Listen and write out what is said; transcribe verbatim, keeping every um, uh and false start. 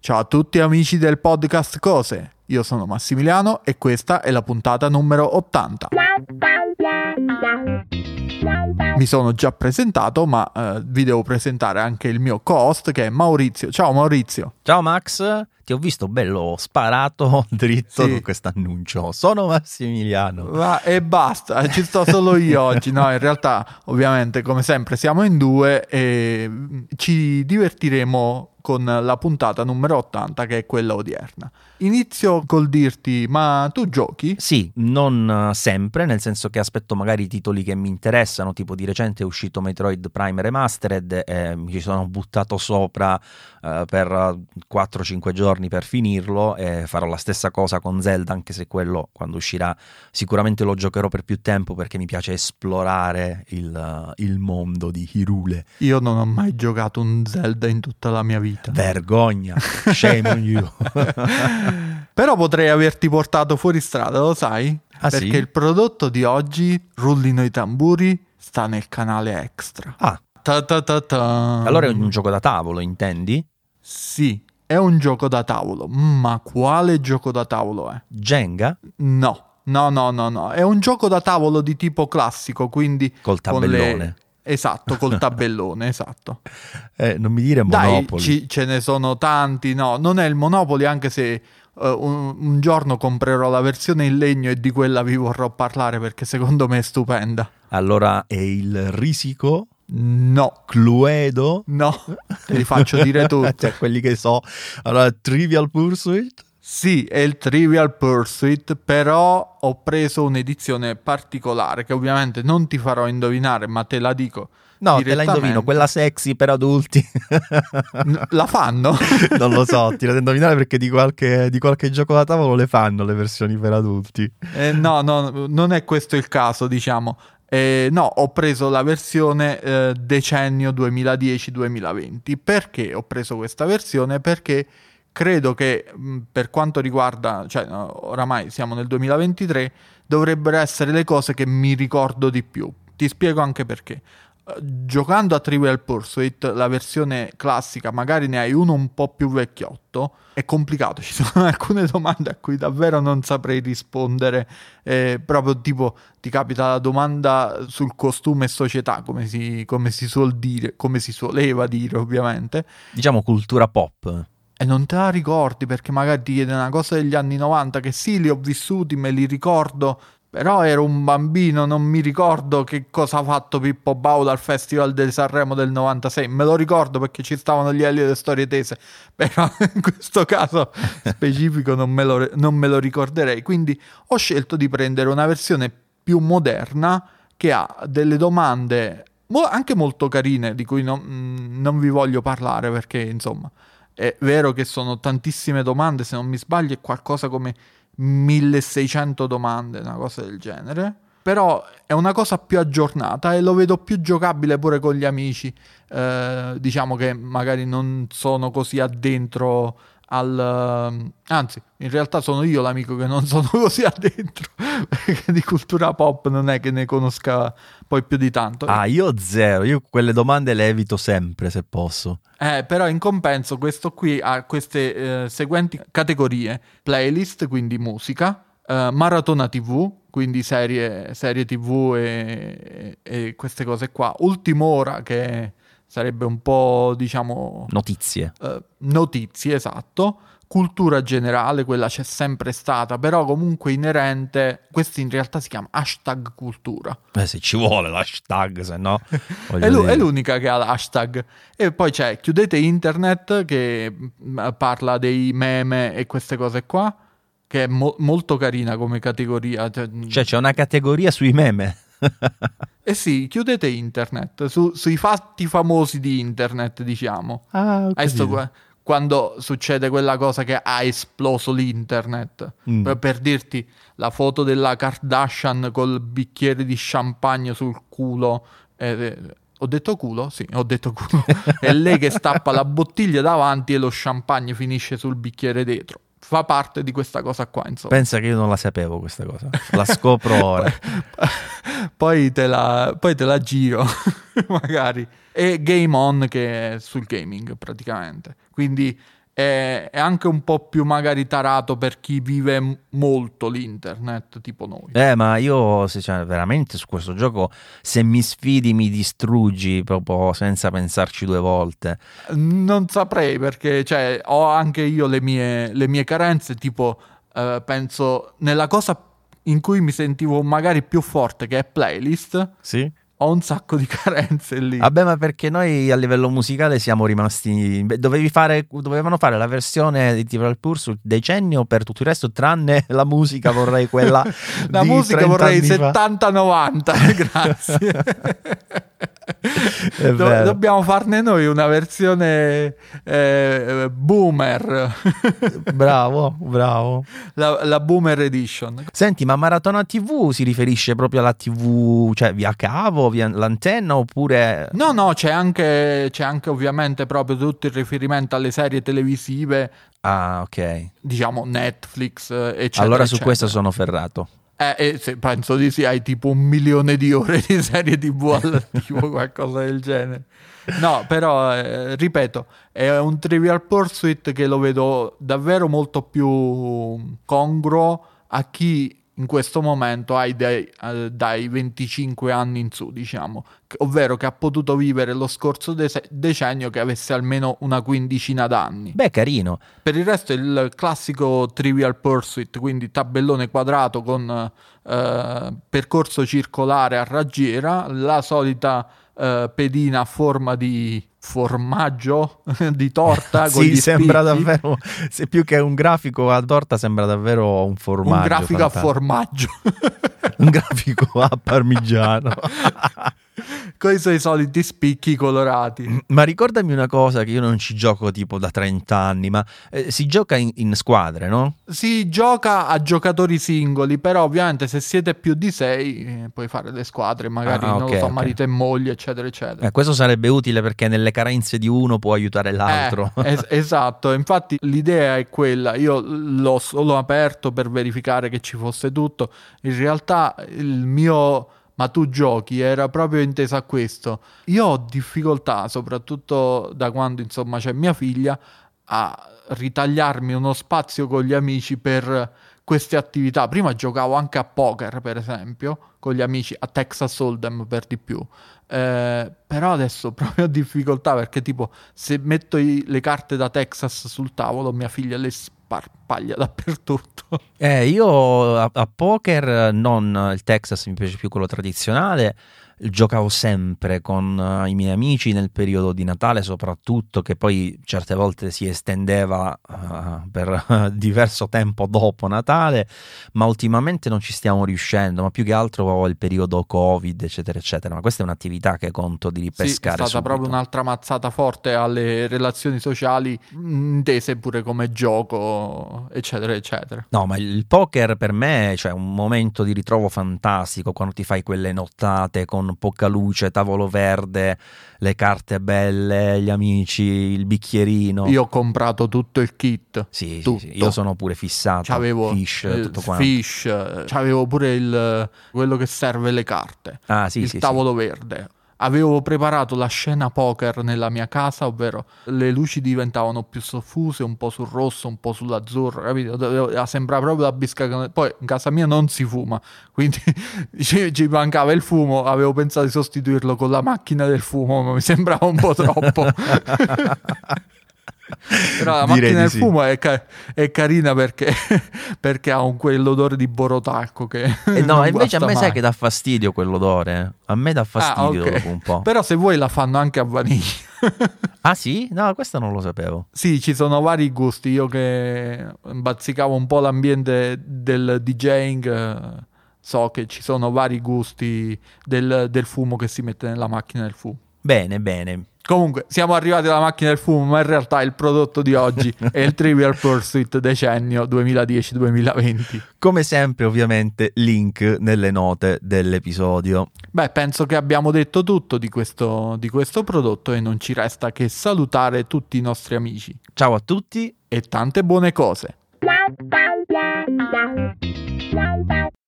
Ciao a tutti amici del podcast Cose, io sono Massimiliano e questa è la puntata numero ottanta. Mi sono già presentato, ma eh, vi devo presentare anche il mio co-host che è Maurizio. Ciao Maurizio. Ciao Max, ti ho visto bello sparato dritto Sì. con questo annuncio. Sono Massimiliano. Ma e basta, ci sto solo io oggi. No, in realtà ovviamente come sempre siamo in due e ci divertiremo con la puntata numero ottanta che è quella odierna. Inizio col dirti, ma tu giochi? Sì, non sempre, nel senso che aspetto magari i titoli che mi interessano, tipo di recente è uscito Metroid Prime Remastered e mi ci sono buttato sopra uh, per quattro cinque giorni per finirlo e farò la stessa cosa con Zelda, anche se quello quando uscirà sicuramente lo giocherò per più tempo perché mi piace esplorare il, uh, il mondo di Hyrule. Io non ho mai giocato un Zelda in tutta la mia vita. Vergogna, shame on you. Però potrei averti portato fuori strada, lo sai? Ah, Perché sì? il prodotto di oggi, rullino i tamburi, sta nel canale Extra. Ah, Ta ta ta ta. allora è un gioco da tavolo, intendi? Sì, è un gioco da tavolo. Ma quale gioco da tavolo è? Jenga? No, no, no, no, no. È un gioco da tavolo di tipo classico, quindi Col con tabellone. le- Esatto, col tabellone, esatto. Eh, non mi dire Dai, Monopoli. ci- ce ne sono tanti, no, non è il Monopoli, anche se eh, un, un giorno comprerò la versione in legno e di quella vi vorrò parlare perché secondo me è stupenda. Allora è il Risico? No, Cluedo? no, te li faccio dire tutti. Cioè quelli che so. Allora Trivial Pursuit? Sì, è il Trivial Pursuit, però ho preso un'edizione particolare che ovviamente non ti farò indovinare, ma te la dico. No, te la direttamente. indovino, quella sexy per adulti. N- La fanno? Non lo so, ti la devo indovinare perché di qualche, di qualche gioco da tavolo le fanno le versioni per adulti. Eh, no, no, non è questo il caso, diciamo. Eh, no, ho preso la versione eh, decennio duemiladieci duemilaventi. Perché ho preso questa versione? Perché credo che mh, per quanto riguarda, cioè no, oramai siamo nel duemilaventitré, dovrebbero essere le cose che mi ricordo di più. Ti spiego anche perché. Eh, Giocando a Trivial Pursuit, la versione classica, magari ne hai uno un po' più vecchiotto, è complicato, ci sono alcune domande a cui davvero non saprei rispondere, eh, proprio tipo ti capita la domanda sul costume e società, come si, come si suol dire, come si soleva dire ovviamente, Diciamo cultura pop. e non te la ricordi perché magari ti chiede una cosa degli anni novanta che sì, li ho vissuti, me li ricordo, però ero un bambino, non mi ricordo che cosa ha fatto Pippo Baudo al Festival del Sanremo del novantasei. Me lo ricordo perché ci stavano gli Elio delle storie tese, però in questo caso specifico non me, lo, non me lo ricorderei. Quindi ho scelto di prendere una versione più moderna che ha delle domande mo- anche molto carine di cui non, mm, non vi voglio parlare perché insomma è vero che sono tantissime domande, se non mi sbaglio è qualcosa come milleseicento domande, una cosa del genere. Però è una cosa più aggiornata e lo vedo più giocabile pure con gli amici. Eh, diciamo che magari non sono così addentro al... Anzi, in realtà sono io l'amico che non sono così addentro, perché di cultura pop non è che ne conosca poi più di tanto. Ah, io zero, io quelle domande le evito sempre se posso. Eh, però in compenso questo qui ha queste eh, seguenti categorie: playlist, quindi musica, eh, maratona tivù, quindi serie, serie tivù e, e queste cose qua, ultima ora che sarebbe un po', diciamo, Notizie. eh, notizie, esatto, cultura generale, quella c'è sempre stata, però comunque inerente, questo in realtà si chiama hashtag cultura. Eh, se ci vuole l'hashtag, se no... voglio È, l'u- dire. è l'unica che ha l'hashtag. E poi c'è Chiudete Internet che mh, parla dei meme e queste cose qua, che è mo- molto carina come categoria. Cioè, Cioè c'è una categoria sui meme. eh sì, Chiudete Internet, su- sui fatti famosi di Internet, diciamo. Ah, ho Hai sto- capito. quando succede quella cosa che ha esploso l'internet. Mm. Per, per dirti, la foto della Kardashian col bicchiere di champagne sul culo. eh, ho detto culo? Sì, ho detto culo. È lei che stappa la bottiglia davanti e lo champagne finisce sul bicchiere dietro. Fa parte di questa cosa qua, insomma. Pensa che io non la sapevo questa cosa. La scopro ora. Poi te la, poi te la giro, magari. E Game On che è sul gaming praticamente. Quindi è, è anche un po' più magari tarato per chi vive m- molto l'internet, tipo noi. Eh, ma io se, cioè, veramente su questo gioco, se mi sfidi mi distruggi proprio senza pensarci due volte. Non saprei perché, cioè, ho anche io le mie, le mie carenze, tipo, eh, penso, nella cosa in cui mi sentivo magari più forte, che è playlist, Sì? ho un sacco di carenze lì. Vabbè, ma perché noi a livello musicale siamo rimasti. Beh, dovevi fare, dovevano fare la versione di Trivial Pursuit decennio per tutto il resto, tranne la musica, vorrei quella. La di musica trenta vorrei anni fa. settanta novanta, grazie. È Do- vero. dobbiamo farne noi una versione eh, boomer, Bravo, bravo. la, la boomer edition. Senti, ma Maratona tivù si riferisce proprio alla tivù, cioè via cavo, via l'antenna, oppure. No, no, c'è anche, c'è anche ovviamente proprio tutto il riferimento alle serie televisive, Ah, ok. diciamo Netflix, eh, eccetera. Allora su eccetera. questo sono ferrato. Eh, eh, se- penso di sì, hai tipo un milione di ore di serie tivù all'attivo, qualcosa del genere. No, però, eh, ripeto, è un Trivial Pursuit che lo vedo davvero molto più congruo a chi in questo momento hai dai, eh, dai venticinque anni in su, diciamo, che- ovvero che ha potuto vivere lo scorso de- decennio che avesse almeno una quindicina d'anni. Beh, carino. Per il resto è il classico Trivial Pursuit, quindi tabellone quadrato con eh, percorso circolare a raggiera, la solita eh, pedina a forma di formaggio, di torta con Sì, gli sembra spicchi. davvero. Se più che un grafico a torta, sembra davvero un formaggio. Un grafico a fantastico. formaggio. Un grafico a parmigiano. Con i suoi soliti spicchi colorati. Ma ricordami una cosa che io non ci gioco tipo da trenta anni, ma eh, si gioca in, in squadre, no? Si gioca a giocatori singoli, però ovviamente se siete più di sei eh, puoi fare le squadre, magari Ah, non ok, lo so, ok. marito e moglie, eccetera, eccetera. Eh, questo sarebbe utile perché nelle carenze di uno può aiutare l'altro. Eh, es- esatto, infatti l'idea è quella, io l'ho solo aperto per verificare che ci fosse tutto, in realtà il mio ma tu giochi era proprio inteso a questo. Io ho difficoltà, soprattutto da quando insomma c'è mia figlia, a ritagliarmi uno spazio con gli amici per queste attività. Prima giocavo anche a poker, per esempio, con gli amici, a Texas Hold'em per di più. Eh, però adesso proprio ho difficoltà perché tipo se metto i- le carte da Texas sul tavolo mia figlia le sparpaglia dappertutto. Eh, io a, a poker non il Texas, mi piace più quello tradizionale. Giocavo sempre con eh, i miei amici nel periodo di Natale, soprattutto, che poi certe volte si estendeva eh, per eh, diverso tempo dopo Natale, ma ultimamente non ci stiamo riuscendo, ma più che altro il periodo Covid, eccetera, eccetera. Ma questa è un'attività che conto di Sì, è ripescare stata subito. proprio un'altra mazzata forte alle relazioni sociali, mh, intese pure come gioco, eccetera, eccetera. No, ma il poker per me è cioè, un momento di ritrovo fantastico quando ti fai quelle nottate con poca luce, tavolo verde, le carte belle, gli amici, il bicchierino. Io ho comprato tutto il kit. Sì, sì, tutto. sì, io sono pure fissato. C'avevo Fish, eh, tutto quanto. Fish, eh, c'avevo pure il, quello che serve le carte, Ah, sì, il sì, tavolo verde. Avevo preparato la scena poker nella mia casa, ovvero le luci diventavano più soffuse, un po' sul rosso, un po' sull'azzurro, capito? Dovevo- Sembrava proprio la bisca. Poi in casa mia non si fuma, quindi ci, ci mancava il fumo. Avevo pensato di sostituirlo con la macchina del fumo, ma mi sembrava un po' troppo. Però la Direi macchina di del sì. fumo è, ca- è carina perché, perché ha un quell'odore di borotacco che Eh, no, non invece a guasta me sai mai. che dà fastidio quell'odore. eh? A me dà fastidio Ah, ok. dopo un po'. Però se vuoi la fanno anche a vaniglia. Ah sì? No, questo non lo sapevo. Sì, ci sono vari gusti. Io che bazzicavo un po' l'ambiente del DJing, eh, so che ci sono vari gusti del, del fumo che si mette nella macchina del fumo. Bene, bene. Comunque, siamo arrivati alla macchina del fumo, ma in realtà il prodotto di oggi è il Trivial Pursuit decennio duemiladieci duemilaventi. Come sempre, ovviamente, link nelle note dell'episodio. Beh, penso che abbiamo detto tutto di questo, di questo prodotto e non ci resta che salutare tutti i nostri amici. Ciao a tutti. E tante buone cose.